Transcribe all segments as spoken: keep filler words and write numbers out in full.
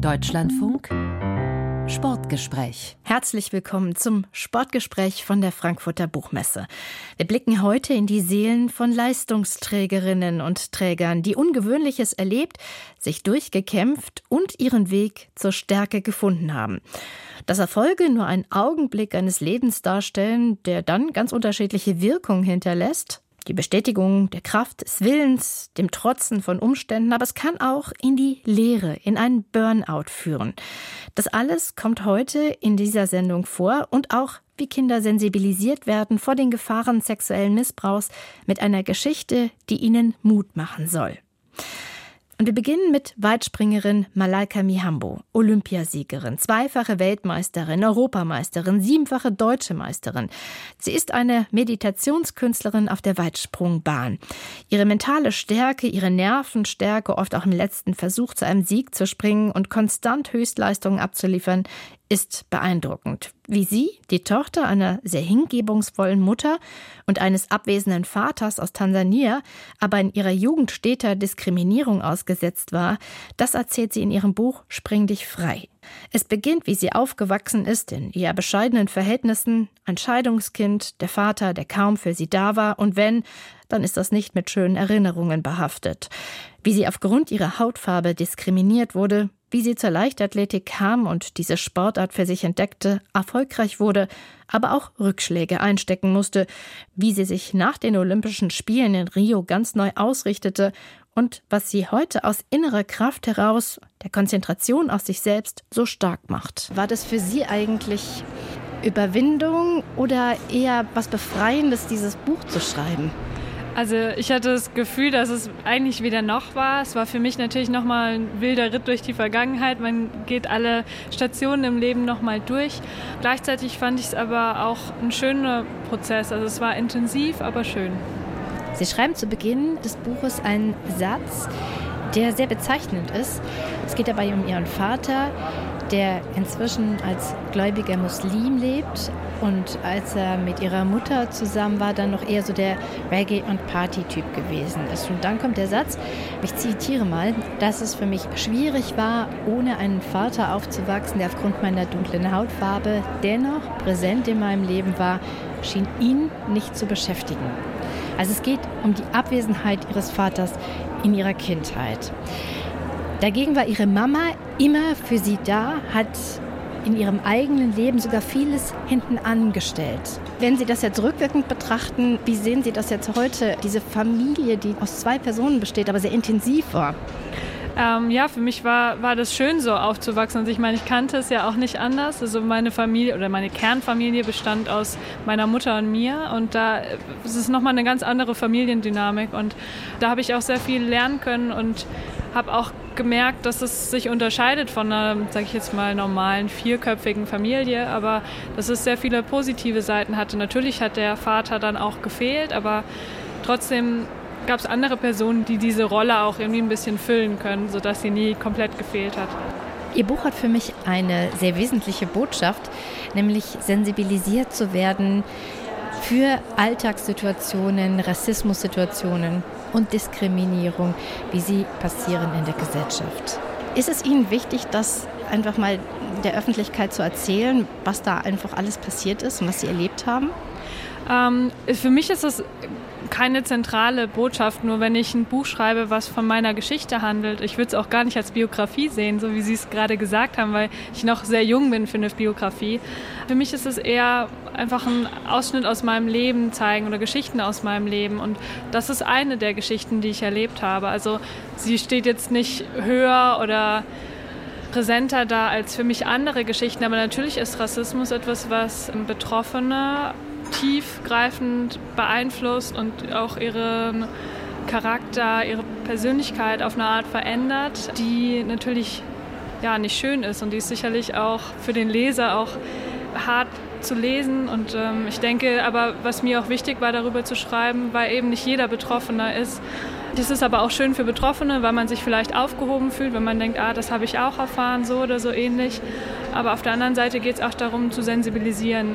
Deutschlandfunk Sportgespräch. Herzlich willkommen zum Sportgespräch von der Frankfurter Buchmesse. Wir blicken heute in die Seelen von Leistungsträgerinnen und Trägern, die Ungewöhnliches erlebt, sich durchgekämpft und ihren Weg zur Stärke gefunden haben. Dass Erfolge nur einen Augenblick eines Lebens darstellen, der dann ganz unterschiedliche Wirkungen hinterlässt, die Bestätigung der Kraft des Willens, dem Trotzen von Umständen, aber es kann auch in die Leere, in einen Burnout führen. Das alles kommt heute in dieser Sendung vor und auch, wie Kinder sensibilisiert werden vor den Gefahren sexuellen Missbrauchs mit einer Geschichte, die ihnen Mut machen soll. Und wir beginnen mit Weitspringerin Malaika Mihambo, Olympiasiegerin, zweifache Weltmeisterin, Europameisterin, siebenfache Deutsche Meisterin. Sie ist eine Meditationskünstlerin auf der Weitsprungbahn. Ihre mentale Stärke, ihre Nervenstärke, oft auch im letzten Versuch zu einem Sieg zu springen und konstant Höchstleistungen abzuliefern, ist beeindruckend. Wie sie, die Tochter einer sehr hingebungsvollen Mutter und eines abwesenden Vaters aus Tansania, aber in ihrer Jugend steter Diskriminierung ausgesetzt war, das erzählt sie in ihrem Buch Spring dich frei. Es beginnt, wie sie aufgewachsen ist, in eher bescheidenen Verhältnissen, ein Scheidungskind, der Vater, der kaum für sie da war, und wenn, dann ist das nicht mit schönen Erinnerungen behaftet. Wie sie aufgrund ihrer Hautfarbe diskriminiert wurde, wie sie zur Leichtathletik kam und diese Sportart für sich entdeckte, erfolgreich wurde, aber auch Rückschläge einstecken musste, wie sie sich nach den Olympischen Spielen in Rio ganz neu ausrichtete und was sie heute aus innerer Kraft heraus, der Konzentration auf sich selbst, so stark macht. War das für Sie eigentlich Überwindung oder eher was Befreiendes, dieses Buch zu schreiben? Also ich hatte das Gefühl, dass es eigentlich wieder noch war. Es war für mich natürlich nochmal ein wilder Ritt durch die Vergangenheit. Man geht alle Stationen im Leben nochmal durch. Gleichzeitig fand ich es aber auch ein schöner Prozess. Also es war intensiv, aber schön. Sie schreiben zu Beginn des Buches einen Satz, der sehr bezeichnend ist. Es geht dabei um Ihren Vater, der inzwischen als gläubiger Muslim lebt und als er mit ihrer Mutter zusammen war, dann noch eher so der Reggae- und Party-Typ gewesen ist. Und dann kommt der Satz, ich zitiere mal, dass es für mich schwierig war, ohne einen Vater aufzuwachsen, der aufgrund meiner dunklen Hautfarbe dennoch präsent in meinem Leben war, schien ihn nicht zu beschäftigen. Also es geht um die Abwesenheit ihres Vaters in ihrer Kindheit. Dagegen war ihre Mama immer für sie da, hat in ihrem eigenen Leben sogar vieles hinten angestellt. Wenn Sie das jetzt rückwirkend betrachten, wie sehen Sie das jetzt heute? Diese Familie, die aus zwei Personen besteht, aber sehr intensiv war. Ähm, ja, für mich war, war das schön, so aufzuwachsen. Also ich meine, ich kannte es ja auch nicht anders. Also meine Familie oder meine Kernfamilie bestand aus meiner Mutter und mir. Und da ist es nochmal eine ganz andere Familiendynamik. Und da habe ich auch sehr viel lernen können und habe auch gemerkt, dass es sich unterscheidet von einer, sage ich jetzt mal, normalen vierköpfigen Familie, aber dass es sehr viele positive Seiten hatte. Natürlich hat der Vater dann auch gefehlt, aber trotzdem gab es andere Personen, die diese Rolle auch irgendwie ein bisschen füllen können, sodass sie nie komplett gefehlt hat. Ihr Buch hat für mich eine sehr wesentliche Botschaft, nämlich sensibilisiert zu werden für Alltagssituationen, Rassismussituationen und Diskriminierung, wie sie passieren in der Gesellschaft. Ist es Ihnen wichtig, das einfach mal der Öffentlichkeit zu erzählen, was da einfach alles passiert ist und was Sie erlebt haben? Ähm, für mich ist das keine zentrale Botschaft, nur wenn ich ein Buch schreibe, was von meiner Geschichte handelt. Ich würde es auch gar nicht als Biografie sehen, so wie Sie es gerade gesagt haben, weil ich noch sehr jung bin für eine Biografie. Für mich ist es eher einfach ein Ausschnitt aus meinem Leben zeigen oder Geschichten aus meinem Leben. Und das ist eine der Geschichten, die ich erlebt habe. Also sie steht jetzt nicht höher oder präsenter da als für mich andere Geschichten. Aber natürlich ist Rassismus etwas, was Betroffene tiefgreifend beeinflusst und auch ihren Charakter, ihre Persönlichkeit auf eine Art verändert, die natürlich ja, nicht schön ist. Und die ist sicherlich auch für den Leser auch hart zu lesen. Und ähm, ich denke, aber was mir auch wichtig war, darüber zu schreiben, weil eben nicht jeder Betroffener ist. Das ist aber auch schön für Betroffene, weil man sich vielleicht aufgehoben fühlt, wenn man denkt, ah, das habe ich auch erfahren, so oder so ähnlich. Aber auf der anderen Seite geht es auch darum, zu sensibilisieren,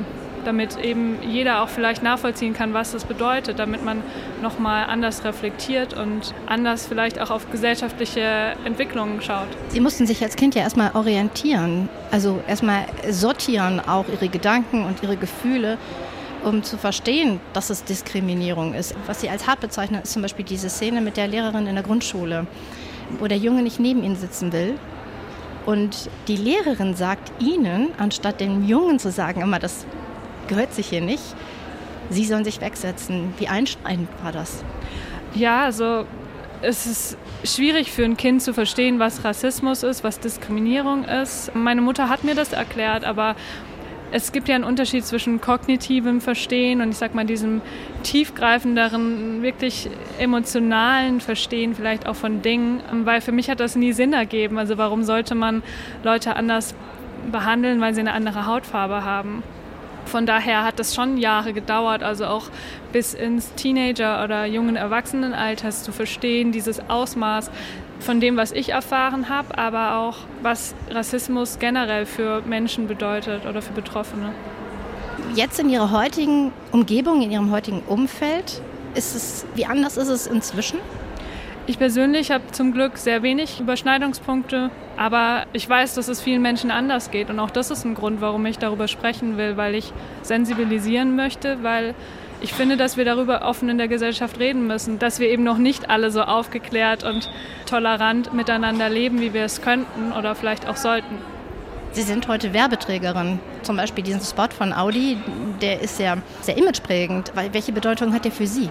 damit eben jeder auch vielleicht nachvollziehen kann, was das bedeutet, damit man nochmal anders reflektiert und anders vielleicht auch auf gesellschaftliche Entwicklungen schaut. Sie mussten sich als Kind ja erstmal orientieren, also erstmal sortieren auch Ihre Gedanken und Ihre Gefühle, um zu verstehen, dass es Diskriminierung ist. Was Sie als hart bezeichnen, ist zum Beispiel diese Szene mit der Lehrerin in der Grundschule, wo der Junge nicht neben Ihnen sitzen will. Und die Lehrerin sagt Ihnen, anstatt dem Jungen zu sagen, immer, das gehört sich hier nicht, Sie sollen sich wegsetzen. Wie einschneidend war das? Ja, also es ist schwierig für ein Kind zu verstehen, was Rassismus ist, was Diskriminierung ist. Meine Mutter hat mir das erklärt, aber es gibt ja einen Unterschied zwischen kognitivem Verstehen und ich sag mal diesem tiefgreifenderen, wirklich emotionalen Verstehen vielleicht auch von Dingen, weil für mich hat das nie Sinn ergeben. Also warum sollte man Leute anders behandeln, weil sie eine andere Hautfarbe haben? Von daher hat das schon Jahre gedauert, also auch bis ins Teenager- oder jungen Erwachsenenalter zu verstehen, dieses Ausmaß von dem, was ich erfahren habe, aber auch, was Rassismus generell für Menschen bedeutet oder für Betroffene. Jetzt in Ihrer heutigen Umgebung, in Ihrem heutigen Umfeld, ist es, wie anders ist es inzwischen? Ich persönlich habe zum Glück sehr wenig Überschneidungspunkte, aber ich weiß, dass es vielen Menschen anders geht. Und auch das ist ein Grund, warum ich darüber sprechen will, weil ich sensibilisieren möchte, weil ich finde, dass wir darüber offen in der Gesellschaft reden müssen, dass wir eben noch nicht alle so aufgeklärt und tolerant miteinander leben, wie wir es könnten oder vielleicht auch sollten. Sie sind heute Werbeträgerin. Zum Beispiel diesen Spot von Audi, der ist ja sehr imageprägend. Welche Bedeutung hat der für Sie?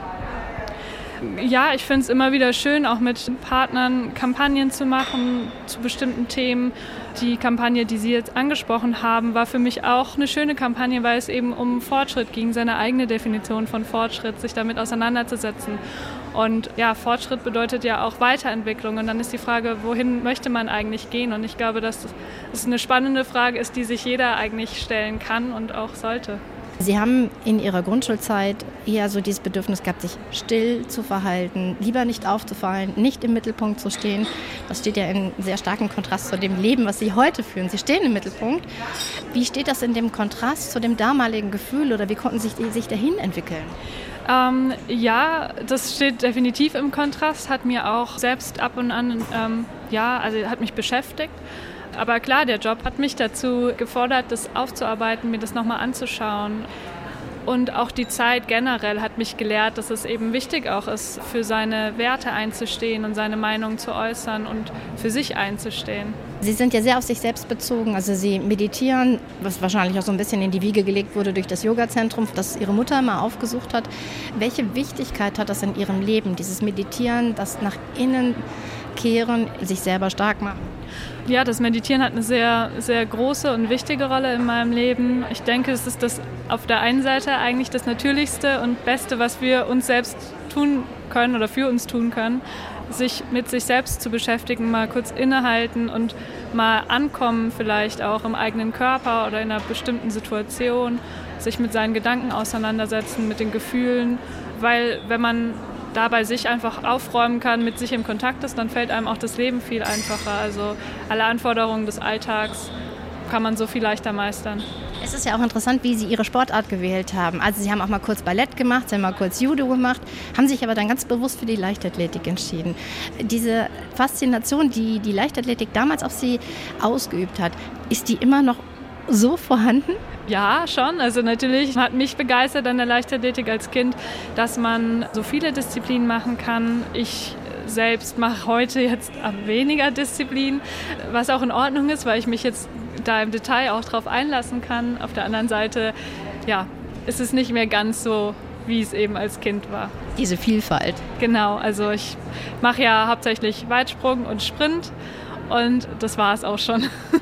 Ja, ich finde es immer wieder schön, auch mit Partnern Kampagnen zu machen zu bestimmten Themen. Die Kampagne, die Sie jetzt angesprochen haben, war für mich auch eine schöne Kampagne, weil es eben um Fortschritt ging, seine eigene Definition von Fortschritt, sich damit auseinanderzusetzen. Und ja, Fortschritt bedeutet ja auch Weiterentwicklung. Und dann ist die Frage, wohin möchte man eigentlich gehen? Und ich glaube, dass es eine spannende Frage ist, die sich jeder eigentlich stellen kann und auch sollte. Sie haben in Ihrer Grundschulzeit eher so dieses Bedürfnis gehabt, sich still zu verhalten, lieber nicht aufzufallen, nicht im Mittelpunkt zu stehen. Das steht ja in sehr starkem Kontrast zu dem Leben, was Sie heute führen. Sie stehen im Mittelpunkt. Wie steht das in dem Kontrast zu dem damaligen Gefühl oder wie konnten Sie sich dahin entwickeln? Ähm, ja, das steht definitiv im Kontrast, hat mir auch selbst ab und an, ähm, ja, also hat mich beschäftigt. Aber klar, der Job hat mich dazu gefordert, das aufzuarbeiten, mir das nochmal anzuschauen. Und auch die Zeit generell hat mich gelehrt, dass es eben wichtig auch ist, für seine Werte einzustehen und seine Meinung zu äußern und für sich einzustehen. Sie sind ja sehr auf sich selbst bezogen. Also Sie meditieren, was wahrscheinlich auch so ein bisschen in die Wiege gelegt wurde durch das Yoga-Zentrum, das Ihre Mutter mal aufgesucht hat. Welche Wichtigkeit hat das in Ihrem Leben, dieses Meditieren, das nach innen kehren, sich selber stark machen? Ja, das Meditieren hat eine sehr, sehr große und wichtige Rolle in meinem Leben. Ich denke, es ist das auf der einen Seite eigentlich das Natürlichste und Beste, was wir uns selbst tun können oder für uns tun können, sich mit sich selbst zu beschäftigen, mal kurz innehalten und mal ankommen vielleicht auch im eigenen Körper oder in einer bestimmten Situation, sich mit seinen Gedanken auseinandersetzen, mit den Gefühlen, weil wenn man da bei sich einfach aufräumen kann, mit sich im Kontakt ist, dann fällt einem auch das Leben viel einfacher. Also alle Anforderungen des Alltags kann man so viel leichter meistern. Es ist ja auch interessant, wie Sie Ihre Sportart gewählt haben. Also Sie haben auch mal kurz Ballett gemacht, Sie haben mal kurz Judo gemacht, haben sich aber dann ganz bewusst für die Leichtathletik entschieden. Diese Faszination, die die Leichtathletik damals auf Sie ausgeübt hat, ist die immer noch so vorhanden? Ja, schon. Also natürlich hat mich begeistert an der Leichtathletik als Kind, dass man so viele Disziplinen machen kann. Ich selbst mache heute jetzt weniger Disziplinen, was auch in Ordnung ist, weil ich mich jetzt da im Detail auch drauf einlassen kann. Auf der anderen Seite, ja, ist es nicht mehr ganz so, wie es eben als Kind war. Diese Vielfalt. Genau, also ich mache ja hauptsächlich Weitsprung und Sprint und das war es auch schon.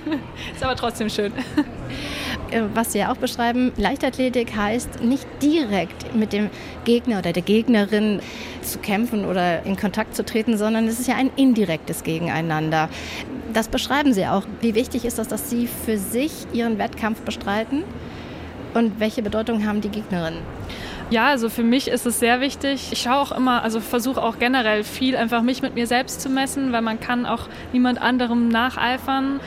Ist aber trotzdem schön. Was Sie ja auch beschreiben, Leichtathletik heißt nicht direkt mit dem Gegner oder der Gegnerin zu kämpfen oder in Kontakt zu treten, sondern es ist ja ein indirektes Gegeneinander. Das beschreiben Sie auch. Wie wichtig ist das, dass Sie für sich Ihren Wettkampf bestreiten und welche Bedeutung haben die Gegnerinnen? Ja, also für mich ist es sehr wichtig. Ich schaue auch immer, also versuche auch generell viel einfach mich mit mir selbst zu messen, weil man kann auch niemand anderem nacheifern.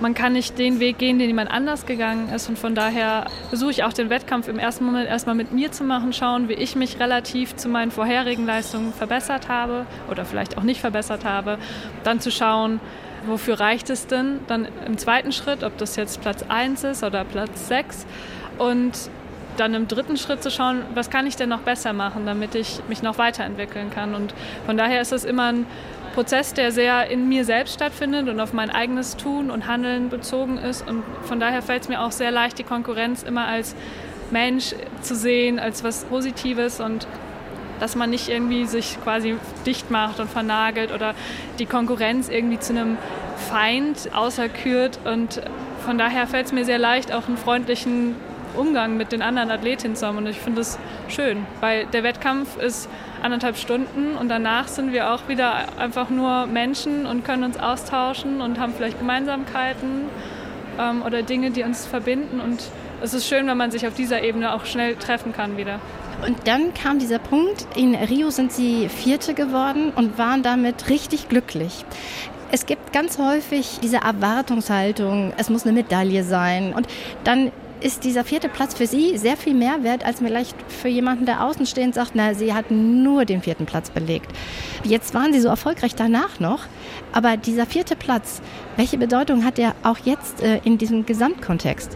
man kann nicht den Weg gehen, den jemand anders gegangen ist. Und von daher versuche ich auch den Wettkampf im ersten Moment erstmal mit mir zu machen, schauen, wie ich mich relativ zu meinen vorherigen Leistungen verbessert habe oder vielleicht auch nicht verbessert habe. Dann zu schauen, wofür reicht es denn? Dann im zweiten Schritt, ob das jetzt Platz eins ist oder Platz sechs. Und dann im dritten Schritt zu schauen, was kann ich denn noch besser machen, damit ich mich noch weiterentwickeln kann. Und von daher ist es immer ein Prozess, der sehr in mir selbst stattfindet und auf mein eigenes Tun und Handeln bezogen ist. Und von daher fällt es mir auch sehr leicht, die Konkurrenz immer als Mensch zu sehen, als was Positives und dass man nicht irgendwie sich quasi dicht macht und vernagelt oder die Konkurrenz irgendwie zu einem Feind auserkürt. Und von daher fällt es mir sehr leicht, auch einen freundlichen Umgang mit den anderen Athletinnen zu haben. Und ich finde das schön, weil der Wettkampf ist anderthalb Stunden und danach sind wir auch wieder einfach nur Menschen und können uns austauschen und haben vielleicht Gemeinsamkeiten ähm, oder Dinge, die uns verbinden. Und es ist schön, wenn man sich auf dieser Ebene auch schnell treffen kann wieder. Und dann kam dieser Punkt, in Rio sind Sie Vierte geworden und waren damit richtig glücklich. Es gibt ganz häufig diese Erwartungshaltung, es muss eine Medaille sein. Und dann ist dieser vierte Platz für Sie sehr viel mehr wert, als vielleicht für jemanden, der außenstehend sagt, na, Sie hatten nur den vierten Platz belegt. Jetzt waren Sie so erfolgreich danach noch, aber dieser vierte Platz, welche Bedeutung hat der auch jetzt äh, in diesem Gesamtkontext?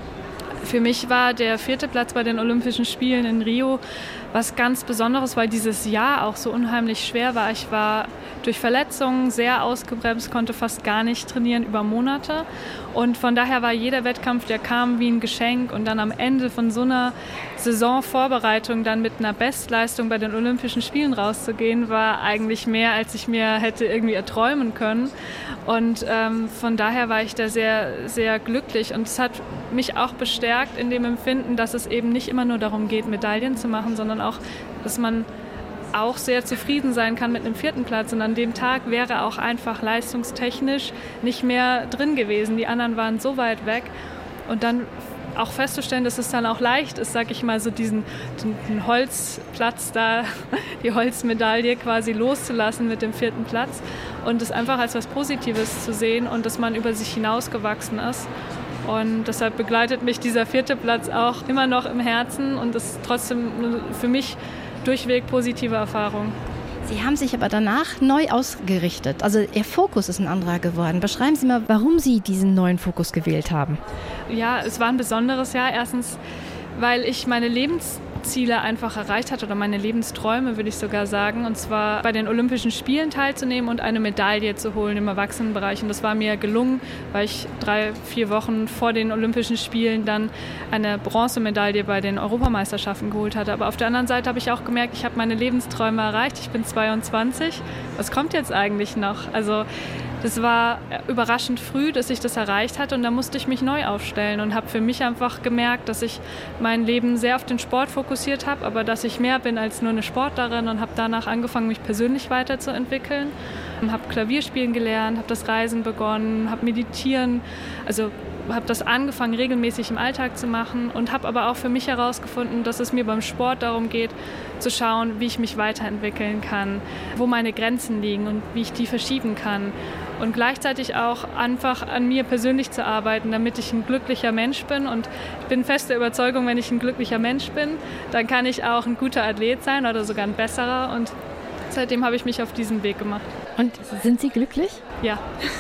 Für mich war der vierte Platz bei den Olympischen Spielen in Rio was ganz Besonderes, weil dieses Jahr auch so unheimlich schwer war. Ich war durch Verletzungen sehr ausgebremst, konnte fast gar nicht trainieren über Monate. Und von daher war jeder Wettkampf, der kam, wie ein Geschenk. Und dann am Ende von so einer Saisonvorbereitung dann mit einer Bestleistung bei den Olympischen Spielen rauszugehen, war eigentlich mehr, als ich mir hätte irgendwie erträumen können. Und ähm, von daher war ich da sehr, sehr glücklich. Und es hat mich auch bestärkt in dem Empfinden, dass es eben nicht immer nur darum geht, Medaillen zu machen, sondern auch, dass man auch sehr zufrieden sein kann mit einem vierten Platz. Und an dem Tag wäre auch einfach leistungstechnisch nicht mehr drin gewesen. Die anderen waren so weit weg. Und dann auch festzustellen, dass es dann auch leicht ist, sag ich mal, so diesen den Holzplatz da, die Holzmedaille quasi loszulassen mit dem vierten Platz und es einfach als was Positives zu sehen und dass man über sich hinausgewachsen ist. Und deshalb begleitet mich dieser vierte Platz auch immer noch im Herzen und ist trotzdem für mich durchweg positive Erfahrung. Sie haben sich aber danach neu ausgerichtet. Also Ihr Fokus ist ein anderer geworden. Beschreiben Sie mal, warum Sie diesen neuen Fokus gewählt haben. Ja, es war ein besonderes Jahr. Erstens, weil ich meine Lebensziele einfach erreicht hatte oder meine Lebensträume, würde ich sogar sagen. Und zwar bei den Olympischen Spielen teilzunehmen und eine Medaille zu holen im Erwachsenenbereich. Und das war mir gelungen, weil ich drei, vier Wochen vor den Olympischen Spielen dann eine Bronzemedaille bei den Europameisterschaften geholt hatte. Aber auf der anderen Seite habe ich auch gemerkt, ich habe meine Lebensträume erreicht. Ich bin zweiundzwanzig. Was kommt jetzt eigentlich noch? Also das war überraschend früh, dass ich das erreicht hatte und da musste ich mich neu aufstellen und habe für mich einfach gemerkt, dass ich mein Leben sehr auf den Sport fokussiert habe, aber dass ich mehr bin als nur eine Sportlerin und habe danach angefangen, mich persönlich weiterzuentwickeln. Habe Klavierspielen gelernt, habe das Reisen begonnen, habe meditieren, also habe das angefangen, regelmäßig im Alltag zu machen und habe aber auch für mich herausgefunden, dass es mir beim Sport darum geht, zu schauen, wie ich mich weiterentwickeln kann, wo meine Grenzen liegen und wie ich die verschieben kann. Und gleichzeitig auch einfach an mir persönlich zu arbeiten, damit ich ein glücklicher Mensch bin. Und ich bin fest der Überzeugung, wenn ich ein glücklicher Mensch bin, dann kann ich auch ein guter Athlet sein oder sogar ein besserer. Und seitdem habe ich mich auf diesen Weg gemacht. Und sind Sie glücklich? Ja.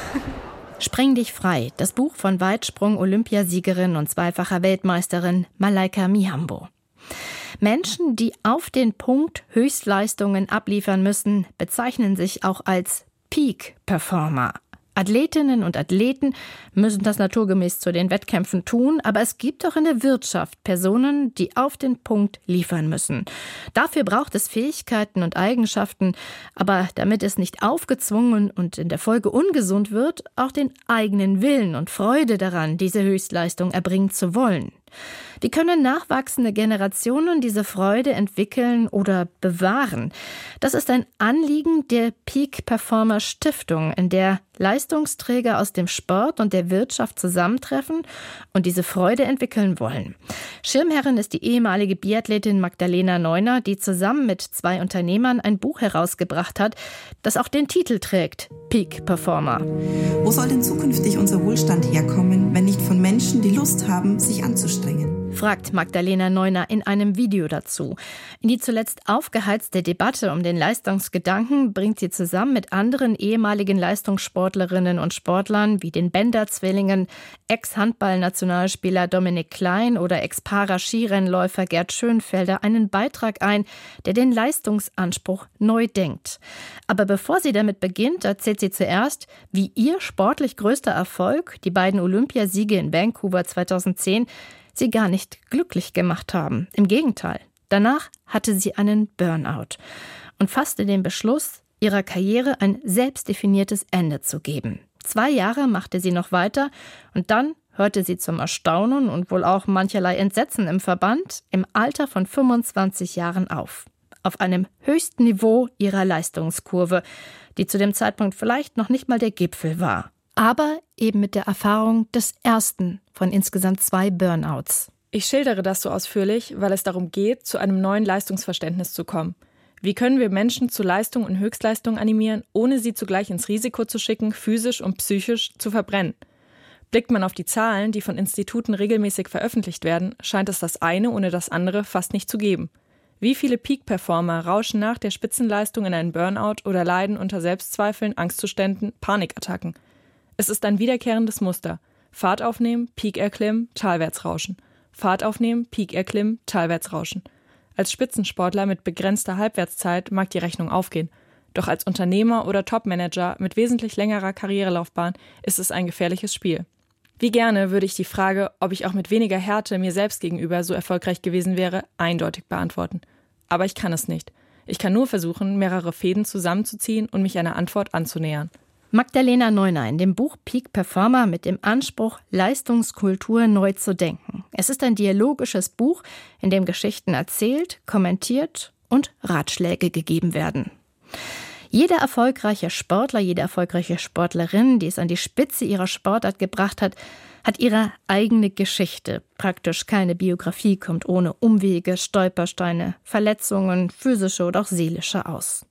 Spreng dich frei, das Buch von Weitsprung-Olympiasiegerin und zweifacher Weltmeisterin Malaika Mihambo. Menschen, die auf den Punkt Höchstleistungen abliefern müssen, bezeichnen sich auch als Peak-Performer. Athletinnen und Athleten müssen das naturgemäß zu den Wettkämpfen tun, aber es gibt auch in der Wirtschaft Personen, die auf den Punkt liefern müssen. Dafür braucht es Fähigkeiten und Eigenschaften, aber damit es nicht aufgezwungen und in der Folge ungesund wird, auch den eigenen Willen und Freude daran, diese Höchstleistung erbringen zu wollen. Wie können nachwachsende Generationen diese Freude entwickeln oder bewahren? Das ist ein Anliegen der Peak Performer Stiftung, in der Leistungsträger aus dem Sport und der Wirtschaft zusammentreffen und diese Freude entwickeln wollen. Schirmherrin ist die ehemalige Biathletin Magdalena Neuner, die zusammen mit zwei Unternehmern ein Buch herausgebracht hat, das auch den Titel trägt, Peak Performer. Wo soll denn zukünftig unser Wohlstand herkommen? Lust haben, sich anzustrengen? Fragt Magdalena Neuner in einem Video dazu. In die zuletzt aufgeheizte Debatte um den Leistungsgedanken bringt sie zusammen mit anderen ehemaligen Leistungssportlerinnen und Sportlern wie den Bender-Zwillingen, Ex-Handball-Nationalspieler Dominik Klein oder Ex-Para-Skirennläufer Gerd Schönfelder einen Beitrag ein, der den Leistungsanspruch neu denkt. Aber bevor sie damit beginnt, erzählt sie zuerst, wie ihr sportlich größter Erfolg, die beiden Olympiasiege in Vancouver zweitausendzehn, sie gar nicht glücklich gemacht haben. Im Gegenteil, danach hatte sie einen Burnout und fasste den Beschluss, ihrer Karriere ein selbstdefiniertes Ende zu geben. Zwei Jahre machte sie noch weiter und dann hörte sie zum Erstaunen und wohl auch mancherlei Entsetzen im Verband im Alter von fünfundzwanzig Jahren auf. Auf einem höchsten Niveau ihrer Leistungskurve, die zu dem Zeitpunkt vielleicht noch nicht mal der Gipfel war. Aber eben mit der Erfahrung des ersten von insgesamt zwei Burnouts. Ich schildere das so ausführlich, weil es darum geht, zu einem neuen Leistungsverständnis zu kommen. Wie können wir Menschen zu Leistung und Höchstleistung animieren, ohne sie zugleich ins Risiko zu schicken, physisch und psychisch zu verbrennen? Blickt man auf die Zahlen, die von Instituten regelmäßig veröffentlicht werden, scheint es das eine ohne das andere fast nicht zu geben. Wie viele Peak-Performer rauschen nach der Spitzenleistung in einen Burnout oder leiden unter Selbstzweifeln, Angstzuständen, Panikattacken? Es ist ein wiederkehrendes Muster. Fahrt aufnehmen, Peak erklimmen, talwärts rauschen. Fahrt aufnehmen, Peak erklimmen, talwärts rauschen. Als Spitzensportler mit begrenzter Halbwertszeit mag die Rechnung aufgehen. Doch als Unternehmer oder Topmanager mit wesentlich längerer Karrierelaufbahn ist es ein gefährliches Spiel. Wie gerne würde ich die Frage, ob ich auch mit weniger Härte mir selbst gegenüber so erfolgreich gewesen wäre, eindeutig beantworten. Aber ich kann es nicht. Ich kann nur versuchen, mehrere Fäden zusammenzuziehen und mich einer Antwort anzunähern. Magdalena Neuner in dem Buch Peak Performer mit dem Anspruch, Leistungskultur neu zu denken. Es ist ein dialogisches Buch, in dem Geschichten erzählt, kommentiert und Ratschläge gegeben werden. Jeder erfolgreiche Sportler, jede erfolgreiche Sportlerin, die es an die Spitze ihrer Sportart gebracht hat, hat ihre eigene Geschichte. Praktisch keine Biografie kommt ohne Umwege, Stolpersteine, Verletzungen, physische oder auch seelische aus.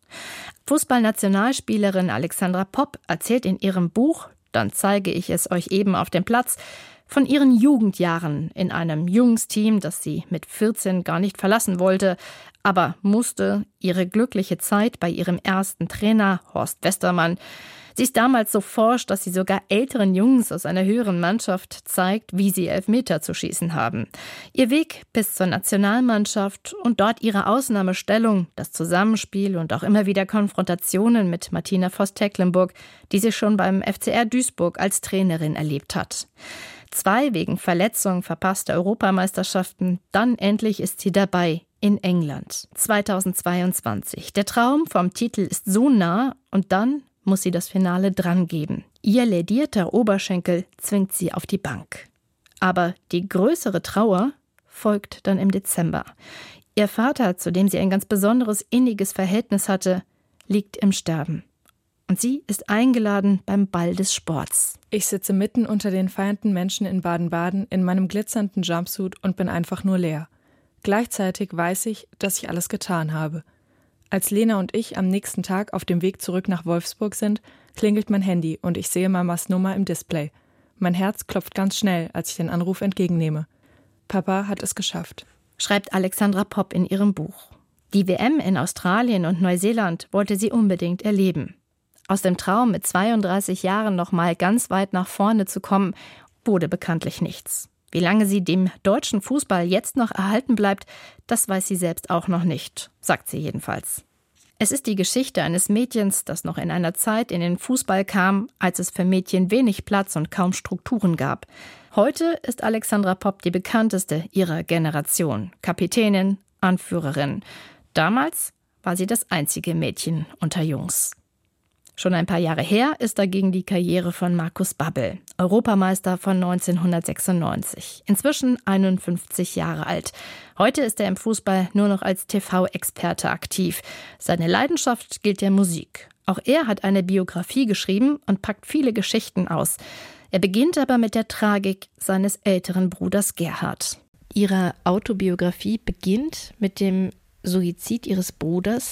Fußballnationalspielerin Alexandra Popp erzählt in ihrem Buch, dann zeige ich es euch eben auf dem Platz, von ihren Jugendjahren in einem Jungsteam, das sie mit vierzehn gar nicht verlassen wollte, aber musste, ihre glückliche Zeit bei ihrem ersten Trainer, Horst Westermann. Sie ist damals so forsch, dass sie sogar älteren Jungs aus einer höheren Mannschaft zeigt, wie sie Elfmeter zu schießen haben. Ihr Weg bis zur Nationalmannschaft und dort ihre Ausnahmestellung, das Zusammenspiel und auch immer wieder Konfrontationen mit Martina Voss-Tecklenburg, die sie schon beim F C R Duisburg als Trainerin erlebt hat. Zwei wegen Verletzung verpasste Europameisterschaften, dann endlich ist sie dabei in England. zweitausendzweiundzwanzig. Der Traum vom Titel ist so nah und dann muss sie das Finale drangeben. Ihr lädierter Oberschenkel zwingt sie auf die Bank. Aber die größere Trauer folgt dann im Dezember. Ihr Vater, zu dem sie ein ganz besonderes inniges Verhältnis hatte, liegt im Sterben. Und sie ist eingeladen beim Ball des Sports. Ich sitze mitten unter den feiernden Menschen in Baden-Baden in meinem glitzernden Jumpsuit und bin einfach nur leer. Gleichzeitig weiß ich, dass ich alles getan habe. Als Lena und ich am nächsten Tag auf dem Weg zurück nach Wolfsburg sind, klingelt mein Handy und ich sehe Mamas Nummer im Display. Mein Herz klopft ganz schnell, als ich den Anruf entgegennehme. Papa hat es geschafft, schreibt Alexandra Popp in ihrem Buch. Die W M in Australien und Neuseeland wollte sie unbedingt erleben. Aus dem Traum, mit zweiunddreißig Jahren noch mal ganz weit nach vorne zu kommen, wurde bekanntlich nichts. Wie lange sie dem deutschen Fußball jetzt noch erhalten bleibt, das weiß sie selbst auch noch nicht, sagt sie jedenfalls. Es ist die Geschichte eines Mädchens, das noch in einer Zeit in den Fußball kam, als es für Mädchen wenig Platz und kaum Strukturen gab. Heute ist Alexandra Popp die bekannteste ihrer Generation, Kapitänin, Anführerin. Damals war sie das einzige Mädchen unter Jungs. Schon ein paar Jahre her ist dagegen die Karriere von Markus Babbel, Europameister von neunzehnhundertsechsundneunzig. Inzwischen einundfünfzig Jahre alt. Heute ist er im Fußball nur noch als T V-Experte aktiv. Seine Leidenschaft gilt der Musik. Auch er hat eine Biografie geschrieben und packt viele Geschichten aus. Er beginnt aber mit der Tragik seines älteren Bruders Gerhard. Ihre Autobiografie beginnt mit dem Suizid ihres Bruders.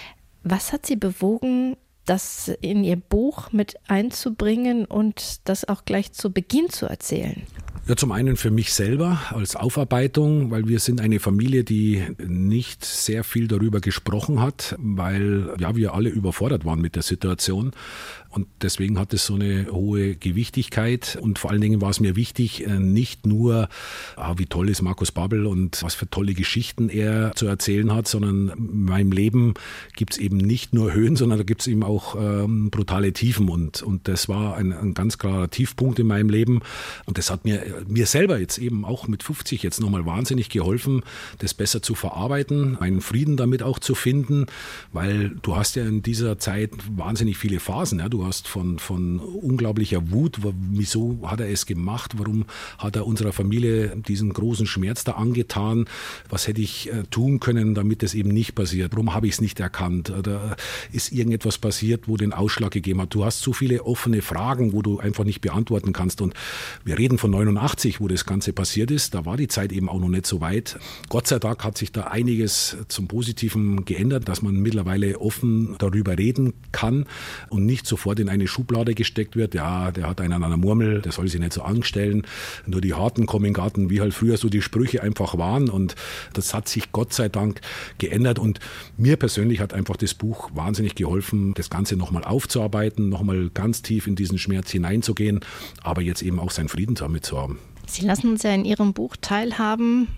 Was hat sie bewogen, das in ihr Buch mit einzubringen und das auch gleich zu Beginn zu erzählen? Ja, zum einen für mich selber als Aufarbeitung, weil wir sind eine Familie, die nicht sehr viel darüber gesprochen hat, weil ja wir alle überfordert waren mit der Situation. Und deswegen hat es so eine hohe Gewichtigkeit. Und vor allen Dingen war es mir wichtig, nicht nur, ah, wie toll ist Markus Babbel und was für tolle Geschichten er zu erzählen hat, sondern in meinem Leben gibt es eben nicht nur Höhen, sondern da gibt es eben auch ähm, brutale Tiefen. Und, und das war ein, ein ganz klarer Tiefpunkt in meinem Leben. Und das hat mir, mir selber jetzt eben auch mit fünfzig jetzt nochmal wahnsinnig geholfen, das besser zu verarbeiten, einen Frieden damit auch zu finden, weil du hast ja in dieser Zeit wahnsinnig viele Phasen. Ja? Du hast von, von unglaublicher Wut, wieso hat er es gemacht, warum hat er unserer Familie diesen großen Schmerz da angetan, was hätte ich äh, tun können, damit das eben nicht passiert, warum habe ich es nicht erkannt oder ist irgendetwas passiert, wo den Ausschlag gegeben hat. Du hast so viele offene Fragen, wo du einfach nicht beantworten kannst und wir reden von neunundachtzig, wo das Ganze passiert ist, da war die Zeit eben auch noch nicht so weit. Gott sei Dank hat sich da einiges zum Positiven geändert, dass man mittlerweile offen darüber reden kann und nicht sofort in eine Schublade gesteckt wird, ja, der hat einen an einer Murmel, der soll sich nicht so anstellen, nur die Harten kommen in den Garten, wie halt früher so die Sprüche einfach waren und das hat sich Gott sei Dank geändert und mir persönlich hat einfach das Buch wahnsinnig geholfen, das Ganze nochmal aufzuarbeiten, nochmal ganz tief in diesen Schmerz hineinzugehen, aber jetzt eben auch seinen Frieden damit zu haben. Sie lassen uns ja in Ihrem Buch teilhaben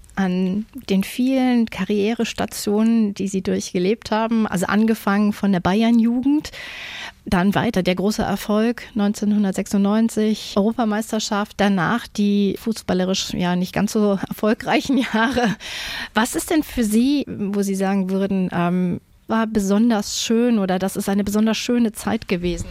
an den vielen Karrierestationen, die Sie durchgelebt haben, also angefangen von der Bayern-Jugend, dann weiter der große Erfolg neunzehnhundertsechsundneunzig, Europameisterschaft, danach die fußballerisch ja nicht ganz so erfolgreichen Jahre. Was ist denn für Sie, wo Sie sagen würden, ähm, war besonders schön oder das ist eine besonders schöne Zeit gewesen?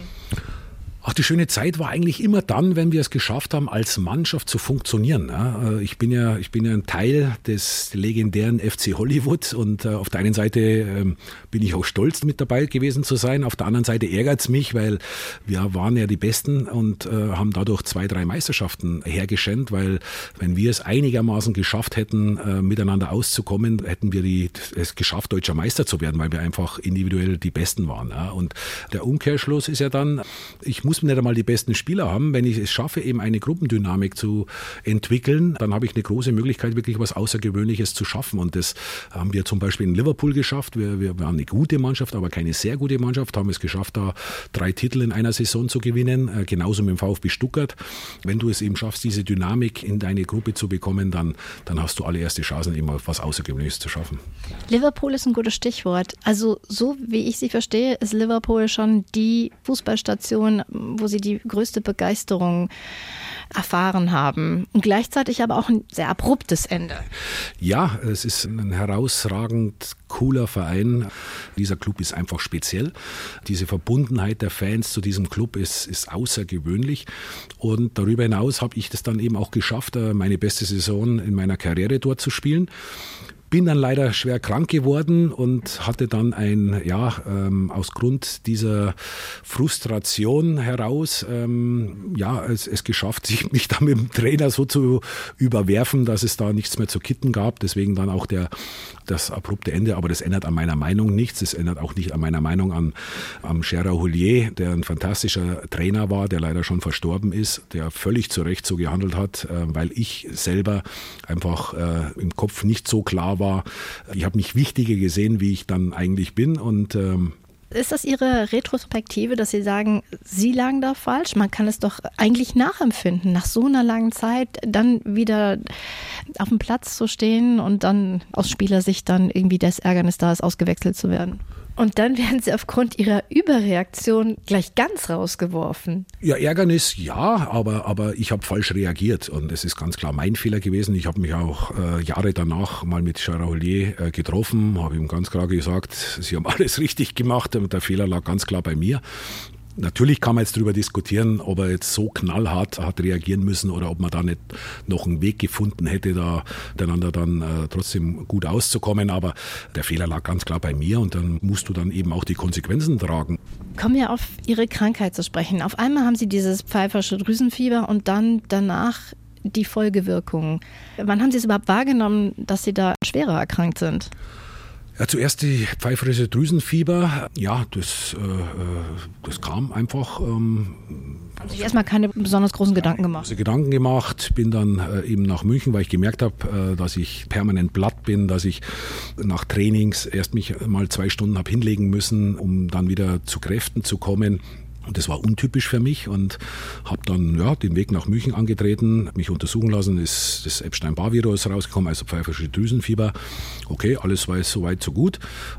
Ach, die schöne Zeit war eigentlich immer dann, wenn wir es geschafft haben, als Mannschaft zu funktionieren. Ich bin ja, ich bin ja ein Teil des legendären F C Hollywood und auf der einen Seite bin ich auch stolz, mit dabei gewesen zu sein. Auf der anderen Seite ärgert es mich, weil wir waren ja die Besten und haben dadurch zwei, drei Meisterschaften hergeschenkt, weil wenn wir es einigermaßen geschafft hätten, miteinander auszukommen, hätten wir die, es geschafft, deutscher Meister zu werden, weil wir einfach individuell die Besten waren. Und der Umkehrschluss ist ja dann, ich muss muss nicht einmal die besten Spieler haben. Wenn ich es schaffe, eben eine Gruppendynamik zu entwickeln, dann habe ich eine große Möglichkeit, wirklich was Außergewöhnliches zu schaffen. Und das haben wir zum Beispiel in Liverpool geschafft. Wir, wir waren eine gute Mannschaft, aber keine sehr gute Mannschaft, haben es geschafft, da drei Titel in einer Saison zu gewinnen. Genauso mit dem VfB Stuttgart. Wenn du es eben schaffst, diese Dynamik in deine Gruppe zu bekommen, dann, dann hast du alle erste Chancen, eben was Außergewöhnliches zu schaffen. Liverpool ist ein gutes Stichwort. Also so wie ich Sie verstehe, ist Liverpool schon die Fußballstation, wo Sie die größte Begeisterung erfahren haben. Und gleichzeitig aber auch ein sehr abruptes Ende. Ja, es ist ein herausragend cooler Verein. Dieser Club ist einfach speziell. Diese Verbundenheit der Fans zu diesem Club ist, ist außergewöhnlich. Und darüber hinaus habe ich das dann eben auch geschafft, meine beste Saison in meiner Karriere dort zu spielen. Bin dann leider schwer krank geworden und hatte dann ein, ja, ähm, aus Grund dieser Frustration heraus, ähm, ja, es, es geschafft, sich, mich dann mit dem Trainer so zu überwerfen, dass es da nichts mehr zu kitten gab. Deswegen dann auch der, das abrupte Ende. Aber das ändert an meiner Meinung nichts. Es ändert auch nicht an meiner Meinung an, an Gérard Houllier, der ein fantastischer Trainer war, der leider schon verstorben ist, der völlig zu Recht so gehandelt hat, äh, weil ich selber einfach äh, im Kopf nicht so klar war. War. Ich habe mich wichtiger gesehen, wie ich dann eigentlich bin. Und ähm ist das Ihre Retrospektive, dass Sie sagen, Sie lagen da falsch? Man kann es doch eigentlich nachempfinden, nach so einer langen Zeit dann wieder auf dem Platz zu stehen und dann aus Spielersicht dann irgendwie das Ärgernis da ist, ausgewechselt zu werden. Und dann werden Sie aufgrund Ihrer Überreaktion gleich ganz rausgeworfen. Ja, Ärgernis, ja, aber, aber ich habe falsch reagiert und es ist ganz klar mein Fehler gewesen. Ich habe mich auch äh, Jahre danach mal mit Gérard Houllier äh, getroffen, habe ihm ganz klar gesagt, Sie haben alles richtig gemacht und der Fehler lag ganz klar bei mir. Natürlich kann man jetzt darüber diskutieren, ob er jetzt so knallhart hat reagieren müssen oder ob man da nicht noch einen Weg gefunden hätte, da miteinander dann äh, trotzdem gut auszukommen. Aber der Fehler lag ganz klar bei mir und dann musst du dann eben auch die Konsequenzen tragen. Kommen wir auf Ihre Krankheit zu sprechen. Auf einmal haben Sie dieses pfeifersche Drüsenfieber und dann danach die Folgewirkungen. Wann haben Sie es überhaupt wahrgenommen, dass Sie da schwerer erkrankt sind? Ja, zuerst die pfeiferische Drüsenfieber. Ja, das, äh, das kam einfach. Ähm, Haben sich erstmal keine besonders großen Gedanken gemacht? Ich habe Gedanken gemacht, bin dann äh, eben nach München, weil ich gemerkt habe, äh, dass ich permanent platt bin, dass ich nach Trainings erst mich mal zwei Stunden habe hinlegen müssen, um dann wieder zu Kräften zu kommen. Und das war untypisch für mich und habe dann ja, den Weg nach München angetreten, mich untersuchen lassen, ist das Epstein-Barr-Virus rausgekommen, also pfeiferische Drüsenfieber. Okay, alles war soweit so gut.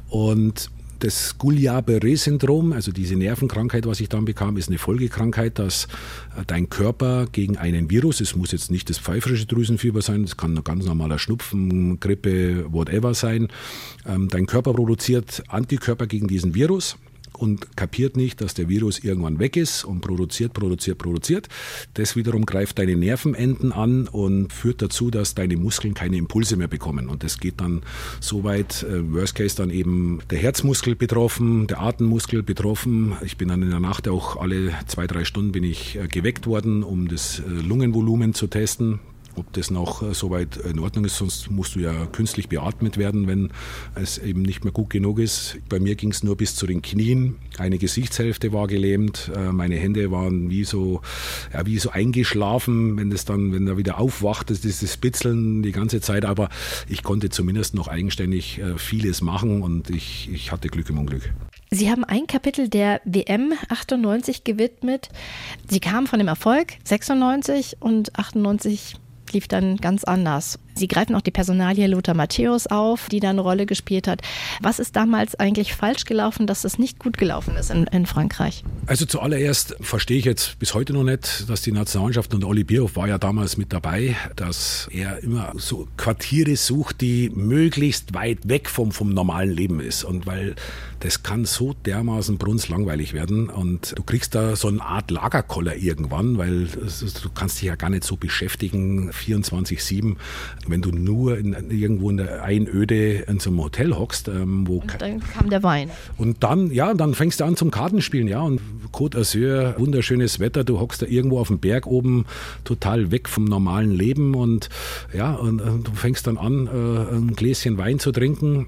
Und das Guillain-Barré-Syndrom, also diese Nervenkrankheit, was ich dann bekam, ist eine Folgekrankheit, dass dein Körper gegen einen Virus, es muss jetzt nicht das pfeiferische Drüsenfieber sein, es kann ein ganz normaler Schnupfen, Grippe, whatever sein, dein Körper produziert Antikörper gegen diesen Virus und kapiert nicht, dass der Virus irgendwann weg ist und produziert, produziert, produziert. Das wiederum greift deine Nervenenden an und führt dazu, dass deine Muskeln keine Impulse mehr bekommen. Und das geht dann so weit, äh, worst case dann eben der Herzmuskel betroffen, der Atemmuskel betroffen. Ich bin dann in der Nacht auch alle zwei, drei Stunden bin ich äh, geweckt worden, um das äh, Lungenvolumen zu testen. Ob das noch so weit in Ordnung ist, sonst musst du ja künstlich beatmet werden, wenn es eben nicht mehr gut genug ist. Bei mir ging es nur bis zu den Knien. Eine Gesichtshälfte war gelähmt, meine Hände waren wie so, ja, wie so eingeschlafen. Wenn das dann, wenn er wieder aufwacht, das ist das Spitzeln die ganze Zeit. Aber ich konnte zumindest noch eigenständig vieles machen und ich, ich hatte Glück im Unglück. Sie haben ein Kapitel der W M achtundneunzig gewidmet. Sie kamen von dem Erfolg sechsundneunzig und achtundneunzig lief dann ganz anders. Sie greifen auch die Personalie Lothar Matthäus auf, die da eine Rolle gespielt hat. Was ist damals eigentlich falsch gelaufen, dass es nicht gut gelaufen ist in, in Frankreich? Also zuallererst verstehe ich jetzt bis heute noch nicht, dass die Nationalmannschaft, und Olli Bierhoff war ja damals mit dabei, dass er immer so Quartiere sucht, die möglichst weit weg vom, vom normalen Leben ist. Und weil das kann so dermaßen brunzlangweilig werden und du kriegst da so eine Art Lagerkoller irgendwann, weil du kannst dich ja gar nicht so beschäftigen, vierundzwanzig sieben, wenn du nur in, irgendwo in der Einöde in so einem Hotel hockst. Ähm, wo und dann kam der Wein. Und dann, ja, dann fängst du an zum Kartenspielen, ja, und Côte d'Azur, wunderschönes Wetter, du hockst da irgendwo auf dem Berg oben, total weg vom normalen Leben und ja, und, und du fängst dann an, äh, ein Gläschen Wein zu trinken.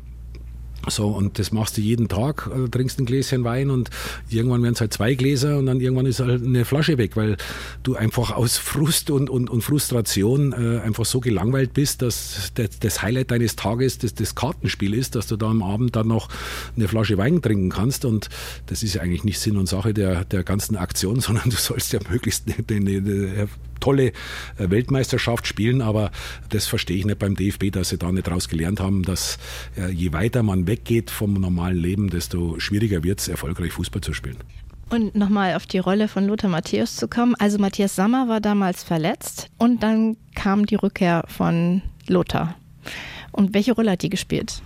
So, und das machst du jeden Tag, äh, trinkst ein Gläschen Wein und irgendwann werden es halt zwei Gläser und dann irgendwann ist halt eine Flasche weg, weil du einfach aus Frust und, und, und Frustration äh, einfach so gelangweilt bist, dass das, das Highlight deines Tages das, das Kartenspiel ist, dass du da am Abend dann noch eine Flasche Wein trinken kannst und das ist ja eigentlich nicht Sinn und Sache der, der ganzen Aktion, sondern du sollst ja möglichst eine, eine, eine tolle Weltmeisterschaft spielen, aber das verstehe ich nicht beim D F B, dass sie da nicht daraus gelernt haben, dass äh, je weiter man weggeht vom normalen Leben, desto schwieriger wird es, erfolgreich Fußball zu spielen. Und nochmal auf die Rolle von Lothar Matthäus zu kommen. Also Matthias Sammer war damals verletzt und dann kam die Rückkehr von Lothar. Und welche Rolle hat die gespielt?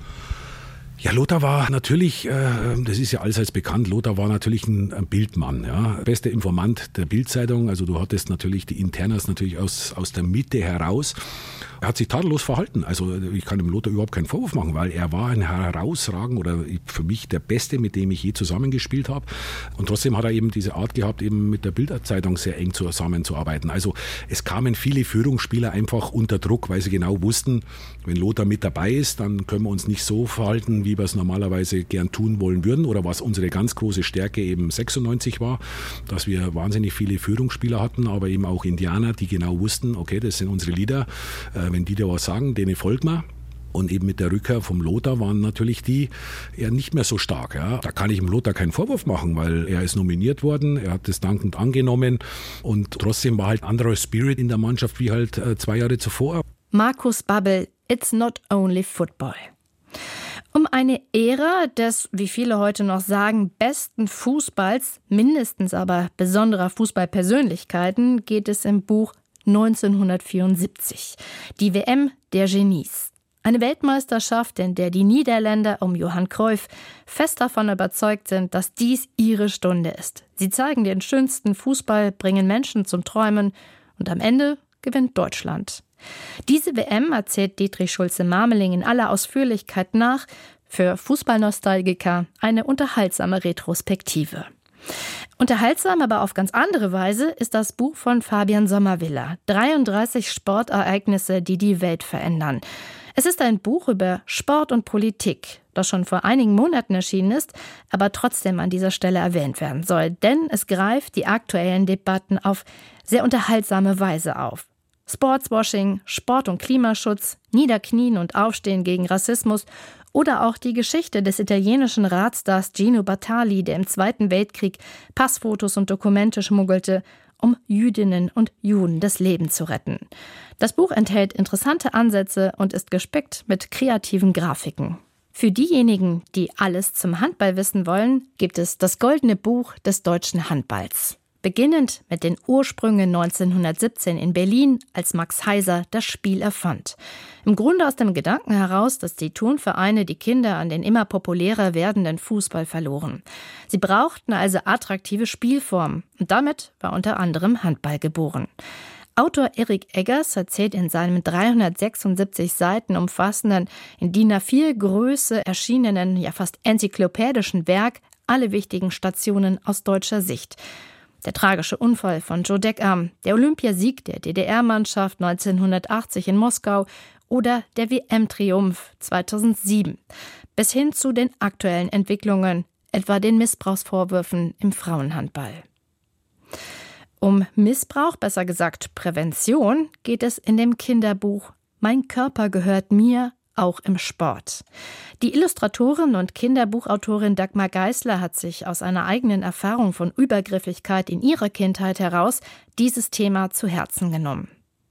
Ja, Lothar war natürlich, äh, das ist ja allseits bekannt, Lothar war natürlich ein, ein Bildmann, ja, beste Informant der Bildzeitung, also du hattest natürlich die Internas natürlich aus, aus der Mitte heraus. Er hat sich tadellos verhalten, also ich kann dem Lothar überhaupt keinen Vorwurf machen, weil er war ein herausragend oder für mich der Beste, mit dem ich je zusammengespielt habe und trotzdem hat er eben diese Art gehabt, eben mit der Bildzeitung sehr eng zusammenzuarbeiten. Also es kamen viele Führungsspieler einfach unter Druck, weil sie genau wussten, wenn Lothar mit dabei ist, dann können wir uns nicht so verhalten, wie wir es normalerweise gern tun wollen würden oder was unsere ganz große Stärke eben sechsundneunzig war, dass wir wahnsinnig viele Führungsspieler hatten, aber eben auch Indianer, die genau wussten, okay, das sind unsere Leader, äh, wenn die da was sagen, denen folgen wir. Und eben mit der Rückkehr vom Lothar waren natürlich die eher nicht mehr so stark. Ja. Da kann ich dem Lothar keinen Vorwurf machen, weil er ist nominiert worden, er hat das dankend angenommen und trotzdem war halt ein anderer Spirit in der Mannschaft wie halt äh, zwei Jahre zuvor. Markus Babbel, it's not only football. Um eine Ära des, wie viele heute noch sagen, besten Fußballs, mindestens aber besonderer Fußballpersönlichkeiten, geht es im Buch neunzehnhundertvierundsiebzig. Die W M der Genies. Eine Weltmeisterschaft, in der die Niederländer um Johann Cruyff fest davon überzeugt sind, dass dies ihre Stunde ist. Sie zeigen den schönsten Fußball, bringen Menschen zum Träumen und am Ende gewinnt Deutschland. Diese W M erzählt Dietrich Schulze-Marmeling in aller Ausführlichkeit nach, für Fußballnostalgiker eine unterhaltsame Retrospektive. Unterhaltsam, aber auf ganz andere Weise ist das Buch von Fabian Sommerviller. dreiunddreißig Sportereignisse, die die Welt verändern. Es ist ein Buch über Sport und Politik. das schon vor einigen Monaten erschienen ist, aber trotzdem an dieser Stelle erwähnt werden soll. Denn es greift die aktuellen Debatten auf sehr unterhaltsame Weise auf. Sportswashing, Sport- und Klimaschutz, Niederknien und Aufstehen gegen Rassismus oder auch die Geschichte des italienischen Radstars Gino Bartali, der im Zweiten Weltkrieg Passfotos und Dokumente schmuggelte, um Jüdinnen und Juden das Leben zu retten. Das Buch enthält interessante Ansätze und ist gespickt mit kreativen Grafiken. Für diejenigen, die alles zum Handball wissen wollen, gibt es das Goldene Buch des deutschen Handballs. Beginnend mit den Ursprüngen neunzehnhundertsiebzehn in Berlin, als Max Heiser das Spiel erfand. Im Grunde aus dem Gedanken heraus, dass die Turnvereine die Kinder an den immer populärer werdenden Fußball verloren. Sie brauchten also attraktive Spielformen und damit war unter anderem Handball geboren. Autor Erik Eggers erzählt in seinem dreihundertsechsundsiebzig Seiten umfassenden, in D I N A vier Größe erschienenen, ja fast enzyklopädischen Werk alle wichtigen Stationen aus deutscher Sicht. Der tragische Unfall von Joe Deckam, der Olympiasieg der D D R-Mannschaft neunzehnhundertachtzig in Moskau oder der W M-Triumph zweitausendsieben, bis hin zu den aktuellen Entwicklungen, etwa den Missbrauchsvorwürfen im Frauenhandball. Um Missbrauch, besser gesagt Prävention, geht es in dem Kinderbuch »Mein Körper gehört mir«, auch im Sport. Die Illustratorin und Kinderbuchautorin Dagmar Geisler hat sich aus einer eigenen Erfahrung von Übergriffigkeit in ihrer Kindheit heraus dieses Thema zu Herzen genommen.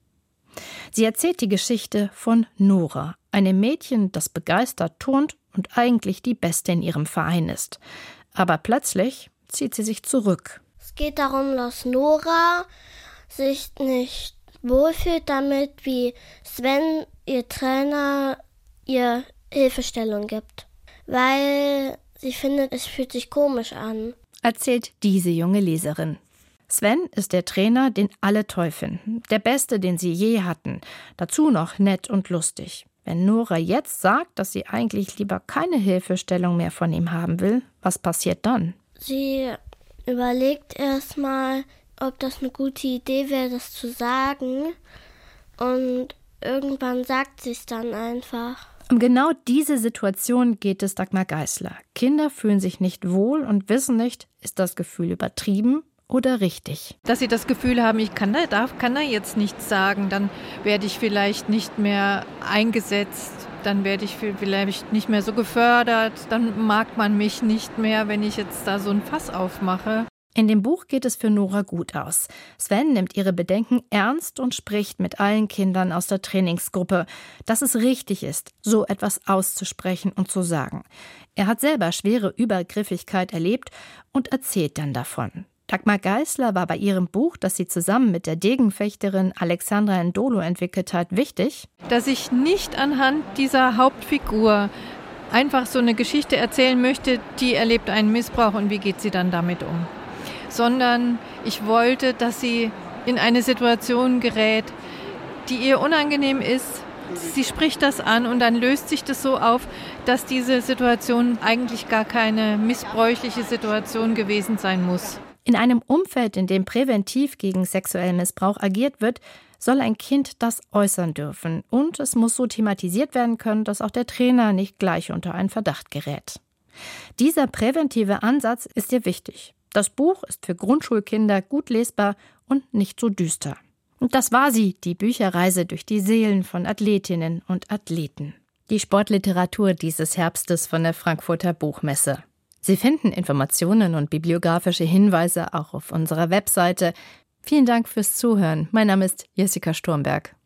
Sie erzählt die Geschichte von Nora, einem Mädchen, das begeistert turnt und eigentlich die Beste in ihrem Verein ist. Aber plötzlich zieht sie sich zurück. Es geht darum, dass Nora sich nicht wohlfühlt damit, wie Sven, ihr Trainer, ihr Hilfestellung gibt, weil sie findet, es fühlt sich komisch an. Erzählt diese junge Leserin. Sven ist der Trainer, den alle toll finden, der Beste, den sie je hatten, dazu noch nett und lustig. Wenn Nora jetzt sagt, dass sie eigentlich lieber keine Hilfestellung mehr von ihm haben will, was passiert dann? Sie überlegt erstmal, ob das eine gute Idee wäre, das zu sagen, und irgendwann sagt sie es dann einfach. Um genau diese Situation geht es Dagmar Geisler. Kinder fühlen sich nicht wohl und wissen nicht, ist das Gefühl übertrieben oder richtig. Dass sie das Gefühl haben, ich kann da, darf, kann da jetzt nichts sagen, dann werde ich vielleicht nicht mehr eingesetzt, dann werde ich vielleicht nicht mehr so gefördert, dann mag man mich nicht mehr, wenn ich jetzt da so ein Fass aufmache. In dem Buch geht es für Nora gut aus. Sven nimmt ihre Bedenken ernst und spricht mit allen Kindern aus der Trainingsgruppe, dass es richtig ist, so etwas auszusprechen und zu sagen. Er hat selber schwere Übergriffigkeit erlebt und erzählt dann davon. Dagmar Geisler war bei ihrem Buch, das sie zusammen mit der Degenfechterin Alexandra Ndolo entwickelt hat, wichtig, dass ich nicht anhand dieser Hauptfigur einfach so eine Geschichte erzählen möchte, die erlebt einen Missbrauch und wie geht sie dann damit um. Sondern ich wollte, dass sie in eine Situation gerät, die ihr unangenehm ist. Sie spricht das an und dann löst sich das so auf, dass diese Situation eigentlich gar keine missbräuchliche Situation gewesen sein muss. In einem Umfeld, in dem präventiv gegen sexuellen Missbrauch agiert wird, soll ein Kind das äußern dürfen. Und es muss so thematisiert werden können, dass auch der Trainer nicht gleich unter einen Verdacht gerät. Dieser präventive Ansatz ist ihr wichtig. Das Buch ist für Grundschulkinder gut lesbar und nicht so düster. Und das war sie, die Bücherreise durch die Seelen von Athletinnen und Athleten. Die Sportliteratur dieses Herbstes von der Frankfurter Buchmesse. Sie finden Informationen und bibliografische Hinweise auch auf unserer Webseite. Vielen Dank fürs Zuhören. Mein Name ist Jessica Sturmberg.